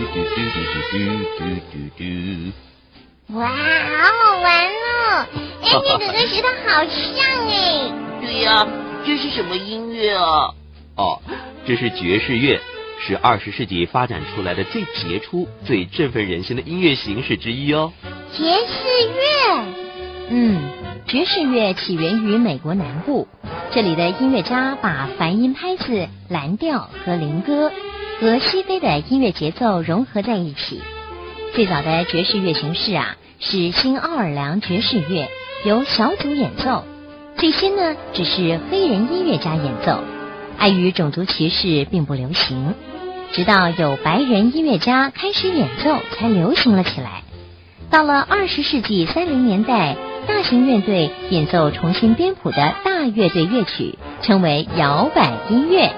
哇，好好玩哦！哎，你哥哥学的好像哎。 对呀，这是什么音乐啊？ 哦，这是爵士乐，是20世纪发展出来的最杰出、最振奋人心的音乐形式之一哦。 爵士乐？ 爵士乐起源于美国南部，这里的音乐家把繁音拍子、蓝调和灵歌和西非的音乐节奏融合在一起。最早的爵士乐形式是新奥尔良爵士乐，由小组演奏。最先呢只是黑人音乐家演奏，碍于种族歧视并不流行，直到有白人音乐家开始演奏才流行了起来。到了20世纪30年代，大型乐队演奏重新编谱的大乐队乐曲，称为摇摆音乐。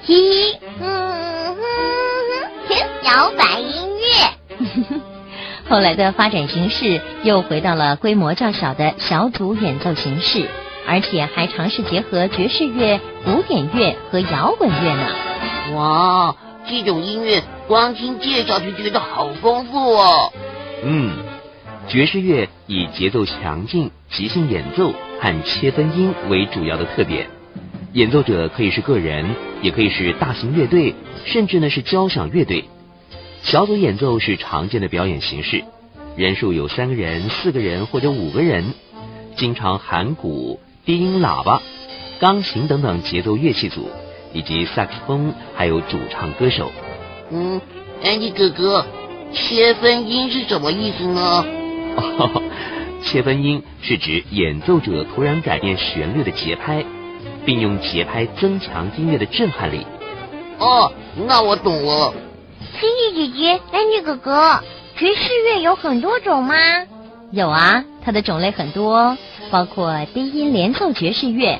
摇摆音乐。 后来的发展形式又回到了规模较小的小组演奏形式，而且还尝试结合爵士乐、古典乐和摇滚乐呢。 哇，这种音乐光听介绍就觉得好丰富哦。 爵士乐以节奏强劲、即兴演奏和切分音为主要的特点。演奏者可以是个人，也可以是大型乐队，甚至呢是交响乐队。小组演奏是常见的表演形式，人数有3个人、4个人或者5个人，经常含鼓、低音喇叭、钢琴等等节奏乐器组，以及萨克斯风，还有主唱歌手。 安迪哥哥，切分音是什么意思呢？ 切分音是指演奏者突然改变旋律的节拍，并用节拍增强音乐的震撼力。 哦，那我懂了。 Cindy 姐姐，安迪哥哥，爵士乐有很多种吗？ 有啊，它的种类很多，包括低音连奏爵士乐、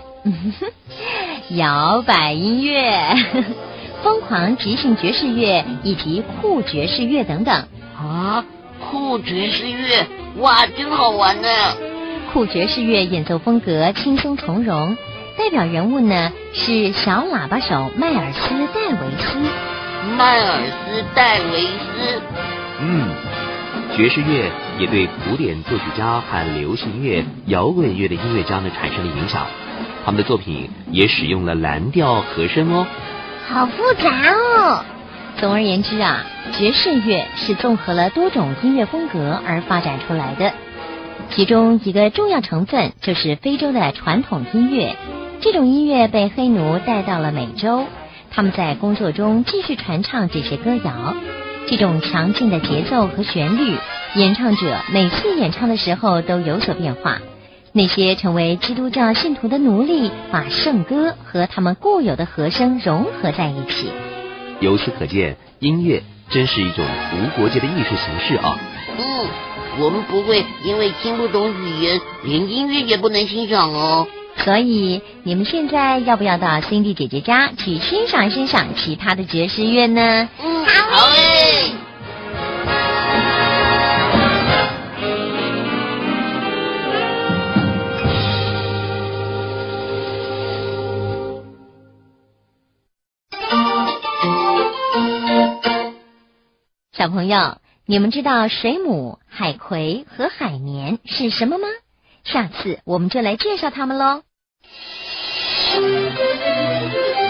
摇摆音乐、疯狂即兴爵士乐以及酷爵士乐等等。 酷爵士乐，哇，真好玩呢！ 酷爵士乐演奏风格轻松从容，代表人物呢是小喇叭手迈尔斯·戴维斯。 爵士乐也对古典作曲家和流行乐、摇滚乐的音乐家呢产生了影响，他们的作品也使用了蓝调和声哦。 好复杂哦。 总而言之爵士乐是综合了多种音乐风格而发展出来的，其中一个重要成分就是非洲的传统音乐。这种音乐被黑奴带到了美洲，他们在工作中继续传唱这些歌谣。这种强劲的节奏和旋律，演唱者每次演唱的时候都有所变化。那些成为基督教信徒的奴隶，把圣歌和他们固有的和声融合在一起。 由此可见，音乐真是一种无国界的艺术形式啊。 我们不会因为听不懂语言，连音乐也不能欣赏哦。 所以你们现在要不要到 Cindy 姐姐家去欣赏欣赏其他的爵士乐呢？ 好嘞。 小朋友，你们知道水母、海葵和海绵是什么吗？下次我们就来介绍它们喽。